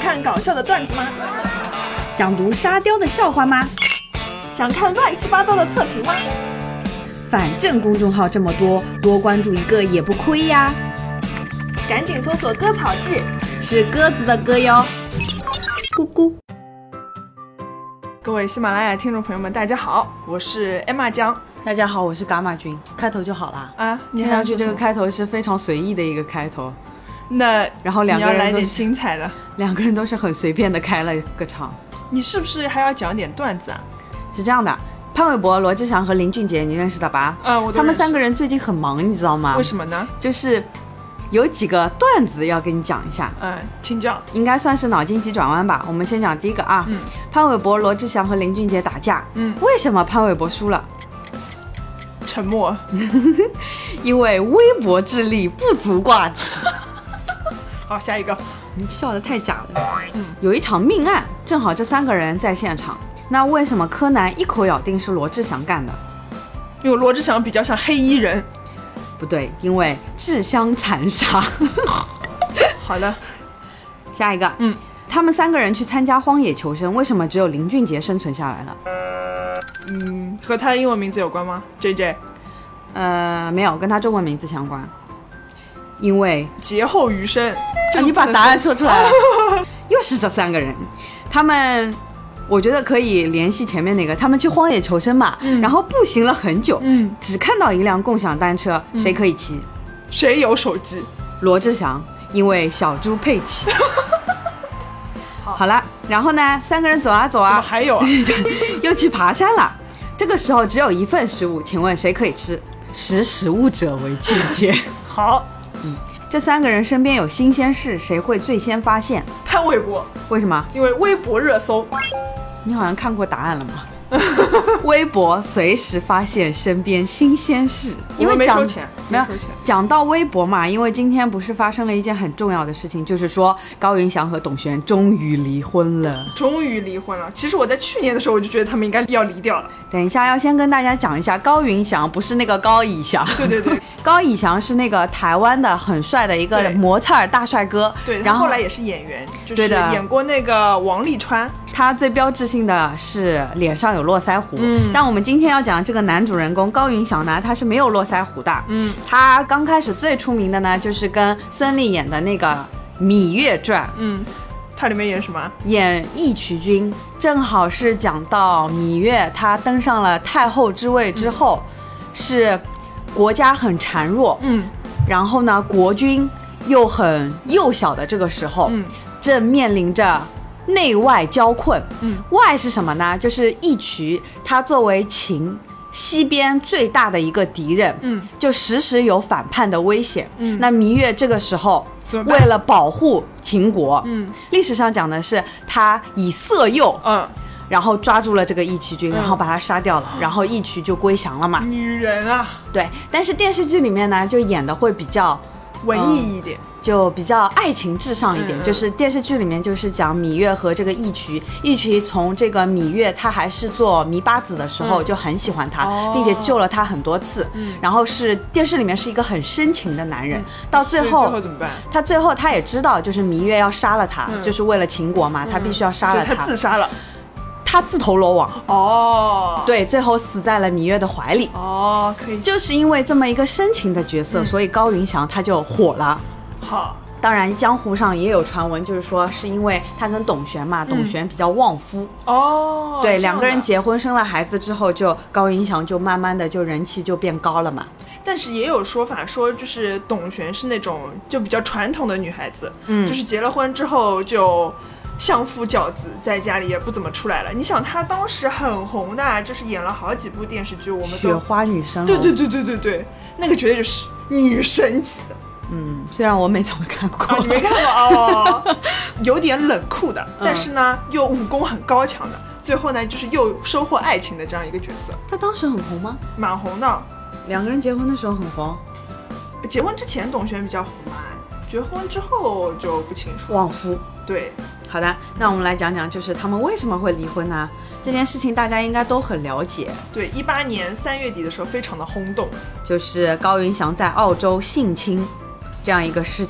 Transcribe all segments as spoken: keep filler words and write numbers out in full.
看搞笑的段子吗？ 想读沙雕的笑话吗？ 想看乱七八糟的测评吗？ 反正公众号这么多，多关注一个也不亏呀。 赶紧搜索割草记， 是鸽子的歌哟。咕咕。 各位喜马拉雅听众朋友们，大家好，我是 Emma 江。 大家好，我是伽马君。开头就好了啊， 听上去这个开头是非常随意的一个开头。 那然后两个人你要来点精彩的， 两个人都是很随便的开了个场。 你是不是还要讲点段子啊？ 是这样的，潘玮柏、罗志祥和林俊杰你认识的吧？ 啊，我都认识。 他们三个人最近很忙，你知道吗？ 为什么呢？ 就是有几个段子要跟你讲一下。 嗯，请讲。 应该算是脑筋急转弯吧。我们先讲第一个啊。嗯。潘玮柏、罗志祥和林俊杰打架。嗯。为什么潘玮柏输了？ 沉默。 因为微薄之力不足挂齿。 好，下一个。 你笑得太假了。嗯。有一场命案，正好这三个人在现场。那为什么柯南一口咬定是罗志祥干的？ 因为罗志祥比较像黑衣人。 不对，因为自相残杀。 好的， 下一个。嗯，他们三个人去参加荒野求生，为什么只有林俊杰生存下来了？ 嗯，和他英文名字有关吗 ？J J。 呃，没有，跟他中文名字相关。因为劫后余生。 啊，你把答案说出来了。又是这三个人，他们。我觉得可以联系前面那个，他们去荒野求生嘛，嗯、然后步行了很久，嗯，只看到一辆共享单车，嗯、谁可以骑？ 谁有手机？ 罗志祥，因为小猪佩奇。好, 好了，然后呢，三个人走啊走啊， 怎么还有啊？ 又去爬山了。这个时候只有一份食物，请问谁可以吃？识时务者为俊杰。 好， 嗯。这三个人身边有新鲜事，谁会最先发现？ 潘玮柏。 为什么？ 因为微博热搜。 你好像看过答案了吗？微博随时发现身边新鲜事。 因为没收钱， 没有讲到微博嘛，因为今天不是发生了一件很重要的事情，就是说高云翔和董璇终于离婚了。 终于离婚了。其实我在去年的时候我就觉得他们应该要离掉了。 等一下要先跟大家讲一下，高云翔不是那个高以翔。 对对对。 高以翔是那个台湾的很帅的一个模特儿大帅哥。 对，然后后来也是演员，就是演过那个王沥川。 他最标志性的是脸上有络腮胡。嗯。但我们今天要讲的这个男主人公高云翔呢，他是没有络腮胡的。嗯。他刚开始最出名的呢，就是跟孙俪演的那个《芈月传》。 嗯。他里面演什么？ 演义渠君，正好是讲到芈月她登上了太后之位之后，嗯、是国家很孱弱，嗯，然后呢，国君又很幼小的这个时候，嗯，正面临着内外交困。嗯，外是什么呢？就是义渠，他作为秦西边最大的一个敌人，嗯，就时时有反叛的危险。嗯，那芈月这个时候。为了保护秦国，嗯，历史上讲的是他以色诱，嗯，然后抓住了这个义渠君，嗯、然后把他杀掉了，然后义渠就归降了嘛。 女人啊， 对，但是电视剧里面呢，就演的会比较文艺一点。 嗯，就比较爱情至上一点。嗯、就是电视剧里面就是讲芈月和这个义渠，义渠从这个芈月她还是做糜八子的时候就很喜欢她，嗯、并且救了她很多次。嗯、然后是电视里面是一个很深情的男人，嗯、到最后最后怎么办？ 他最后他也知道就是芈月要杀了他，嗯、就是为了秦国嘛，他必须要杀了他， 所以他自杀了。 他自投罗网哦， 对，最后死在了芈月的怀里。 哦，可以， 就是因为这么一个深情的角色，嗯、所以高云翔他就火了。 好， 当然江湖上也有传闻，就是说是因为他跟董璇嘛，嗯、董璇比较旺夫。 哦， 对，两个人结婚生了孩子之后，就高云翔就慢慢的就人气就变高了嘛。 但是也有说法说，就是董璇是那种就比较传统的女孩子，嗯，就是结了婚之后就。相夫教子，在家里也不怎么出来了。你想，她当时很红的，就是演了好几部电视剧，我们都雪花女生、哦。 对对对对对对，那个绝对就是女神级的。 嗯，虽然我没怎么看过， 啊、你没看过哦，有点冷酷的，但是呢，嗯、又武功很高强的，最后呢，就是又收获爱情的这样一个角色。 她当时很红吗？ 蛮红的， 两个人结婚的时候很红。 结婚之前董璇比较红嘛，结婚之后就不清楚。 旺夫。 对。 好的，那我们来讲讲，就是他们为什么会离婚呢？这件事情大家应该都很了解。 对，一八年三月底的时候非常的轰动， 就是高云翔在澳洲性侵这样一个事情，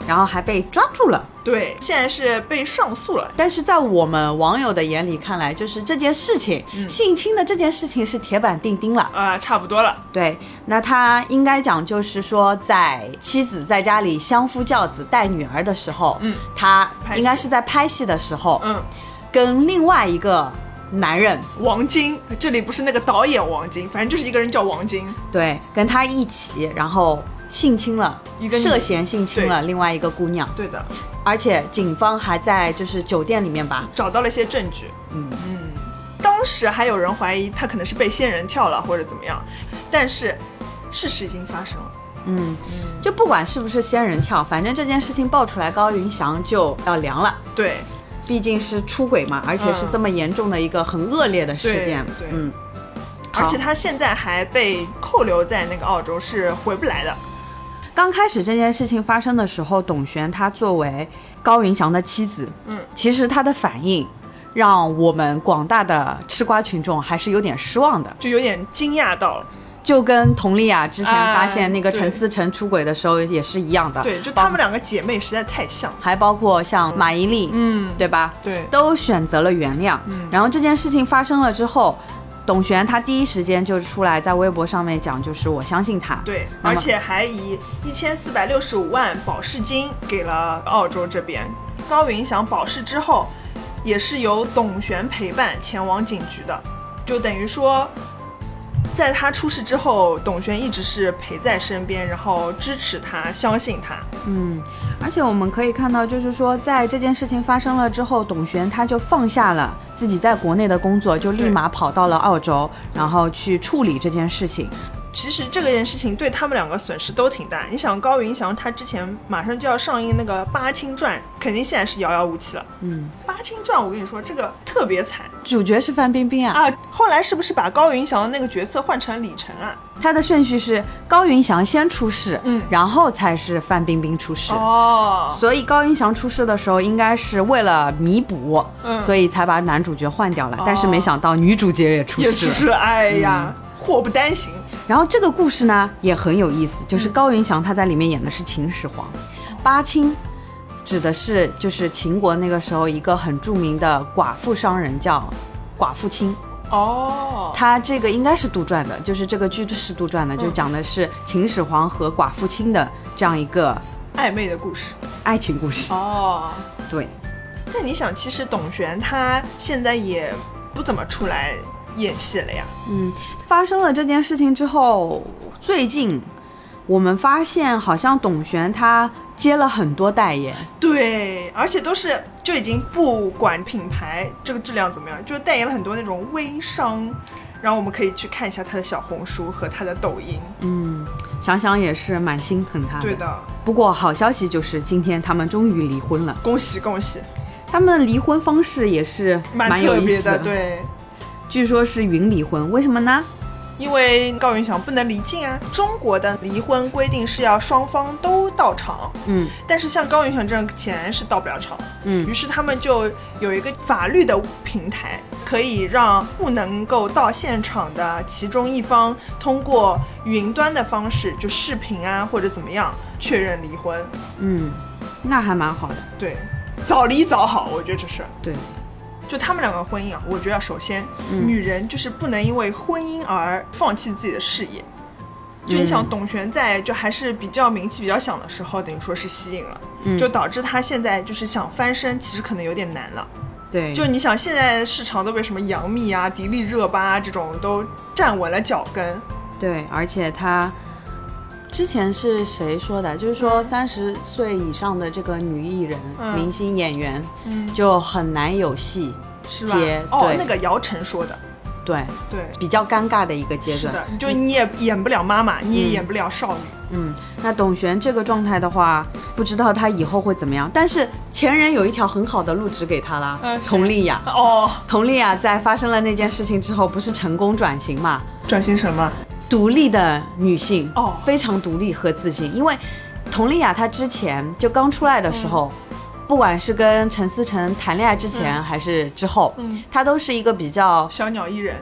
然后还被抓住了。 对，现在是被上诉了。 但是在我们网友的眼里看来，就是这件事情、嗯、性侵的这件事情是铁板钉钉了啊、呃，差不多了。 对，那他应该讲就是说，在妻子在家里相夫教子带女儿的时候，嗯，他应该是在拍戏的时候，嗯，跟另外一个男人王晶，这里不是那个导演王晶，反正就是一个人叫王晶， 对，跟他一起，然后性侵了，一个涉嫌性侵了另外一个姑娘。 对的， 而且警方还在就是酒店里面吧找到了一些证据。嗯嗯，当时还有人怀疑他可能是被仙人跳了或者怎么样，但是事实已经发生了。 嗯，就不管是不是仙人跳，反正这件事情爆出来，高云翔就要凉了。 对， 毕竟是出轨嘛，而且是这么严重的一个很恶劣的事件。 嗯、对，对嗯，而且他现在还被扣留在那个澳洲，是回不来的。 刚开始这件事情发生的时候，董璇她作为高云翔的妻子，嗯，其实她的反应让我们广大的吃瓜群众还是有点失望的， 就有点惊讶到了。 就跟佟丽娅之前发现那个陈思诚出轨的时候也是一样的， 啊、对，就她们两个姐妹实在太像， 还包括像马伊琍，嗯，对吧？ 对， 都选择了原谅。嗯，然后这件事情发生了之后，董璇她第一时间就出来在微博上面讲，就是我相信他， 对，而且还以一千四百六十五万保释金给了澳洲这边。高云翔保释之后，也是由董璇陪伴前往警局的，就等于说。在他出事之后，董璇一直是陪在身边，然后支持他，相信他。 嗯，而且我们可以看到，就是说，在这件事情发生了之后，董璇他就放下了自己在国内的工作，就立马跑到了澳洲，然后去处理这件事情。 其实这件事情对他们两个损失都挺大。你想，高云翔他之前马上就要上映那个《八清传》，肯定现在是遥遥无期了。嗯，《八清传》我跟你说，这个特别惨， 主角是范冰冰啊。 啊，后来是不是把高云翔的那个角色换成李晨啊？ 他的顺序是高云翔先出事，嗯，然后才是范冰冰出事。哦，所以高云翔出事的时候，应该是为了弥补，嗯，所以才把男主角换掉了。哦、但是没想到女主角也出事了， 也出事了，哎呀。嗯，祸不单行。 然后这个故事呢也很有意思，就是高云翔他在里面演的是秦始皇，八清指的是就是秦国那个时候一个很著名的寡妇商人叫寡妇卿。哦，他这个应该是杜撰的，就是这个剧是杜撰的，嗯、就讲的是秦始皇和寡妇卿的这样一个暧昧的故事， 爱情故事。 哦， 对。 但你想，其实董璇他现在也不怎么出来演戏了呀。 嗯，发生了这件事情之后，最近我们发现好像董璇他接了很多代言。 对，而且都是就已经不管品牌这个质量怎么样，就代言了很多那种微商。然后我们可以去看一下他的小红书和他的抖音。嗯， 想想也是蛮心疼他的。 对的。 不过好消息就是今天他们终于离婚了， 恭喜恭喜！ 他们的离婚方式也是蛮有意思的， 蛮特别的，对。 据说是云离婚，为什么呢？ 因为高云翔不能离境啊。中国的离婚规定是要双方都到场，嗯，但是像高云翔这样显然是到不了场，嗯，于是他们就有一个法律的平台，可以让不能够到现场的其中一方通过云端的方式，就视频啊或者怎么样确认离婚。 嗯，那还蛮好的。 对，早离早好，我觉得这是对。 就他们两个婚姻啊，我觉得首先、嗯、女人就是不能因为婚姻而放弃自己的事业。就你想，董璇在就还是比较名气比较响的时候，等于说是吸引了、嗯，就导致她现在就是想翻身，其实可能有点难了。 对， 就你想，现在市场都被什么杨幂啊、迪丽热巴、啊、这种都站稳了脚跟。 对，而且她之前是谁说的？就是说三十岁以上的这个女艺人、嗯、明星演员、嗯、就很难有戏接。 哦，对，那个姚晨说的。 对对， 比较尴尬的一个阶段。 是的，就你也演不了妈妈、嗯、你也演不了少女。 嗯，那董璇这个状态的话，不知道她以后会怎么样。但是前人有一条很好的路指给她啦，呃、佟丽娅。哦，佟丽娅在发生了那件事情之后，不是成功转型嘛？ 转型什么？ 独立的女性，哦，非常独立和自信。因为佟丽娅她之前就刚出来的时候、嗯、不管是跟陈思诚谈恋爱之前、嗯、还是之后、嗯、她都是一个比较小鸟依人，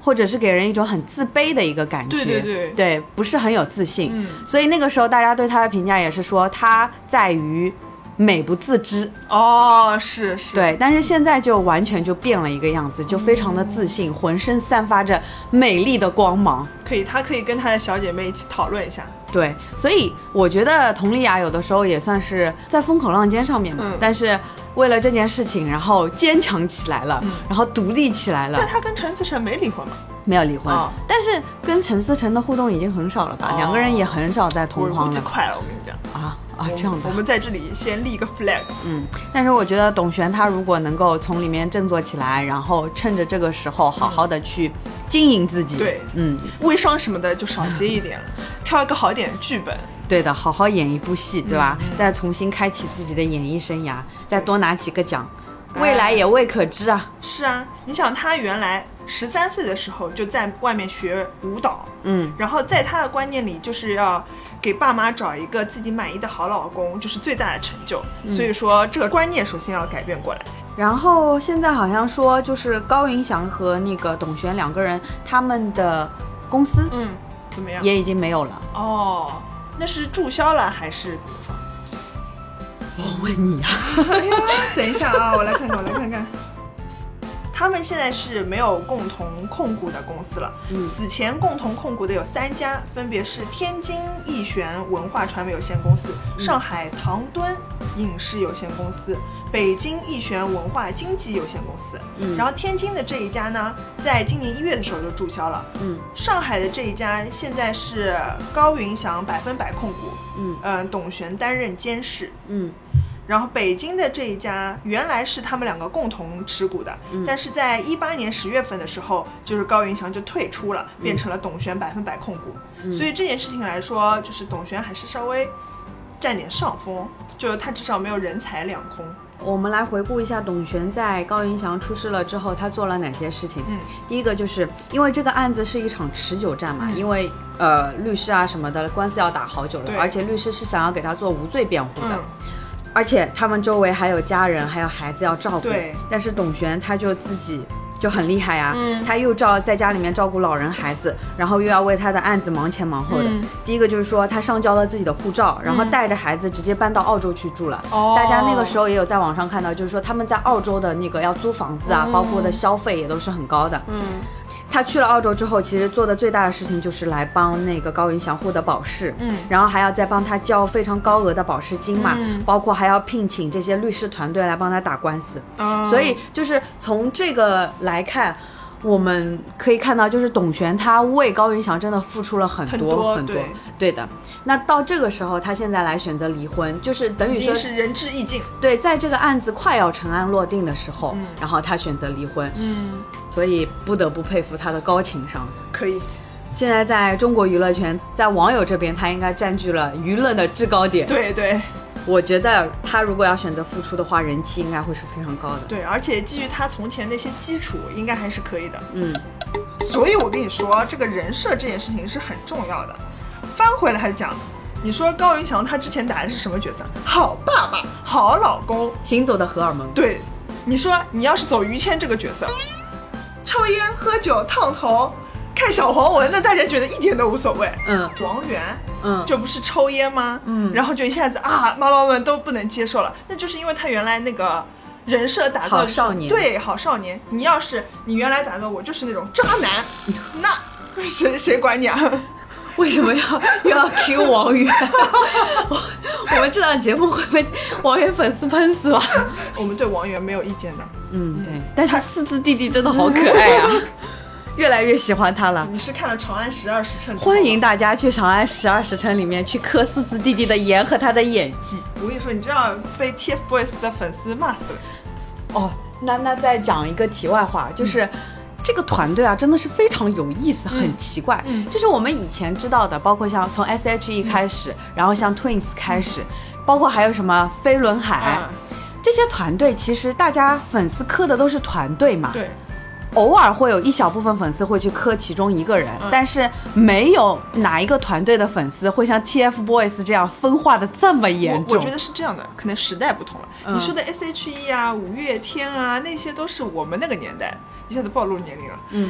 或者是给人一种很自卑的一个感觉， 对对对对，不是很有自信、 嗯、 所以那个时候大家对他的评价也是说他在于美不自知。 哦，是是， 对，但是现在就完全就变了一个样子，就非常的自信、嗯、浑身散发着美丽的光芒。 可以，他可以跟他的小姐妹一起讨论一下。 对，所以我觉得佟丽娅有的时候也算是在风口浪尖上面嘛、嗯、但是为了这件事情然后坚强起来了、嗯、然后独立起来了。 但他跟陈思诚没离婚吗？ 没有离婚、 哦、 但是跟陈思诚的互动已经很少了吧、哦、两个人也很少在同框了。 我估计快了，我跟你讲啊啊，这样的。 我们在这里先立个 flag。 嗯，但是我觉得董璇他如果能够从里面振作起来，然后趁着这个时候好好的去经营自己、 嗯、对， 嗯， 微商什么的就少接一点了挑一个好一点的剧本。 对的，好好演一部戏，对吧、嗯、再重新开启自己的演艺生涯，再多拿几个奖，未来也未可知啊。 是啊，你想他原来十三岁的时候就在外面学舞蹈， 嗯， 然后在他的观念里就是要给爸妈找一个自己满意的好老公，就是最大的成就、嗯、所以说这个观念首先要改变过来。 然后现在好像说就是高云翔和那个董璇两个人他们的公司嗯怎么样也已经没有了。 哦，那是注销了还是怎么说？ 我问你啊哎呀，等一下啊，我来看看我来看看他们现在是没有共同控股的公司了、嗯、此前共同控股的有三家，分别是天津艺璇文化传媒有限公司、嗯、上海唐敦影视有限公司、北京艺璇文化经纪有限公司、嗯、然后天津的这一家呢在今年一月的时候就注销了、嗯、上海的这一家现在是高云翔百分百控股，嗯、呃，董璇担任监事，嗯，然后北京的这一家原来是他们两个共同持股的、嗯、但是在一八年十月份的时候就是高云翔就退出了、嗯、变成了董璇百分百控股、嗯、所以这件事情来说就是董璇还是稍微占点上风，就他至少没有人财两空。 我们来回顾一下董璇在高云翔出事了之后他做了哪些事情、嗯、第一个就是因为这个案子是一场持久战嘛、嗯、因为呃律师啊什么的官司要打好久了，而且律师是想要给他做无罪辩护的、嗯，而且他们周围还有家人还有孩子要照顾， 对， 但是董璇他就自己就很厉害啊、 嗯、 他又照在家里面照顾老人孩子，然后又要为他的案子忙前忙后的、嗯、第一个就是说他上交了自己的护照，然后带着孩子直接搬到澳洲去住了、嗯、大家那个时候也有在网上看到，就是说他们在澳洲的那个要租房子啊、嗯、包括的消费也都是很高的。嗯，他去了澳洲之后其实做的最大的事情就是来帮那个高云翔获得保释，嗯，然后还要再帮他交非常高额的保释金嘛、嗯、包括还要聘请这些律师团队来帮他打官司、哦、所以就是从这个来看我们可以看到就是董璇他为高云翔真的付出了很多很 多, 很多 对, 对的。那到这个时候他现在来选择离婚，就是等于说是仁至义尽， 对，在这个案子快要成案落定的时候、嗯、然后他选择离婚，嗯，所以不得不佩服他的高情商。 可以， 现在在中国娱乐圈在网友这边他应该占据了舆论的制高点。 对对， 我觉得他如果要选择复出的话人气应该会是非常高的。 对，而且基于他从前那些基础应该还是可以的。嗯，所以我跟你说这个人设这件事情是很重要的。翻回来还讲，你说高云翔他之前打的是什么角色？好爸爸好老公， 行走的荷尔蒙。 对，你说你要是走于谦这个角色，抽烟喝酒烫头看小黄文，那大家觉得一点都无所谓。嗯，王源嗯，这不是抽烟吗？嗯，然后就一下子啊妈妈们都不能接受了，那就是因为他原来那个人设打造好少年， 对，好少年。你要是你原来打造我就是那种渣男，那谁谁管你啊？ 为什么要又要 Q 王源？我, 我们这档节目会被王源粉丝喷死吧？ 我们对王源没有意见的。 嗯，对。但是四字弟弟真的好可爱啊，越来越喜欢他了。 你是看了《长安十二时辰》？ 欢迎大家去《长安十二时辰》里面去磕四字弟弟的颜和他的演技。 我跟你说，你知道被 T F BOYS 的粉丝骂死了。 哦，那那再讲一个题外话，就是。嗯，这个团队啊真的是非常有意思，很奇怪、嗯嗯、就是我们以前知道的包括像从 S H E 开始、嗯、然后像 Twins 开始、嗯、包括还有什么飞轮海、嗯、这些团队其实大家粉丝磕的都是团队嘛， 对， 偶尔会有一小部分粉丝会去磕其中一个人、嗯、但是没有哪一个团队的粉丝会像 T F BOYS 这样分化的这么严重。 我, 我觉得是这样的，可能时代不同了、嗯、你说的 S H E 啊五月天啊那些都是我们那个年代，一下子暴露年龄了。嗯，但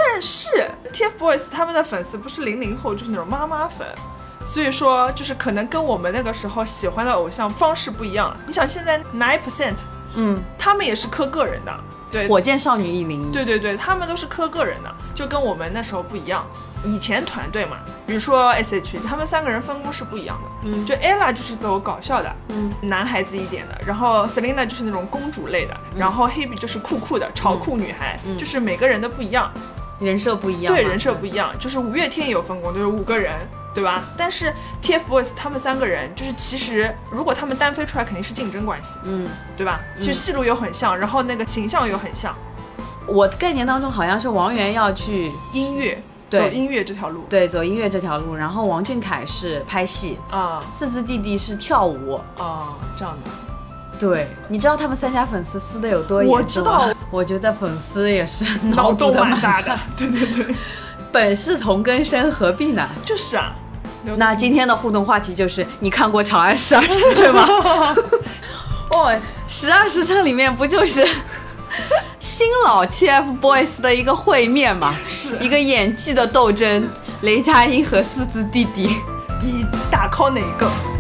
但是 T F Boys 他们的粉丝不是零零后，就是那种妈妈粉，所以说就是可能跟我们那个时候喜欢的偶像方式不一样。你想现在 nine percent， 嗯，他们也是磕个人的，对， 火箭少女一零一， 对对对，他们都是磕个人的，就跟我们那时候不一样。以前团队嘛，比如说 S H E， 他们三个人分工是不一样的。嗯，就 Ella 就是走搞笑的，嗯，男孩子一点的，然后 Selina 就是那种公主类的，嗯、然后 Hebe 就是酷酷的潮酷女孩，嗯、就是每个人的不一样， 人设不一样。 对，人设不一样，就是五月天也有分工，就是五个人，对吧？但是 T F Boys 他们三个人，就是其实如果他们单飞出来，肯定是竞争关系，嗯，对吧？其实戏路又很像，然后那个形象又很像。 我概念当中好像是王源要去音乐。走音乐这条路， 对，走音乐这条路。然后王俊凯是拍戏啊，四字弟弟是跳舞啊，这样的。 对，你知道他们三家粉丝撕的有多严重？ 我知道， 我觉得粉丝也是脑洞蛮大的。对对对， 本是同根生，何必呢？ 就是啊。 那今天的互动话题就是：你看过《长安十二时辰》吗？哦，十二时辰里面不就是新老 T F Boys 的一个会面嘛， 是一个演技的斗争，雷佳音和四字弟弟， 你打 call 哪一个？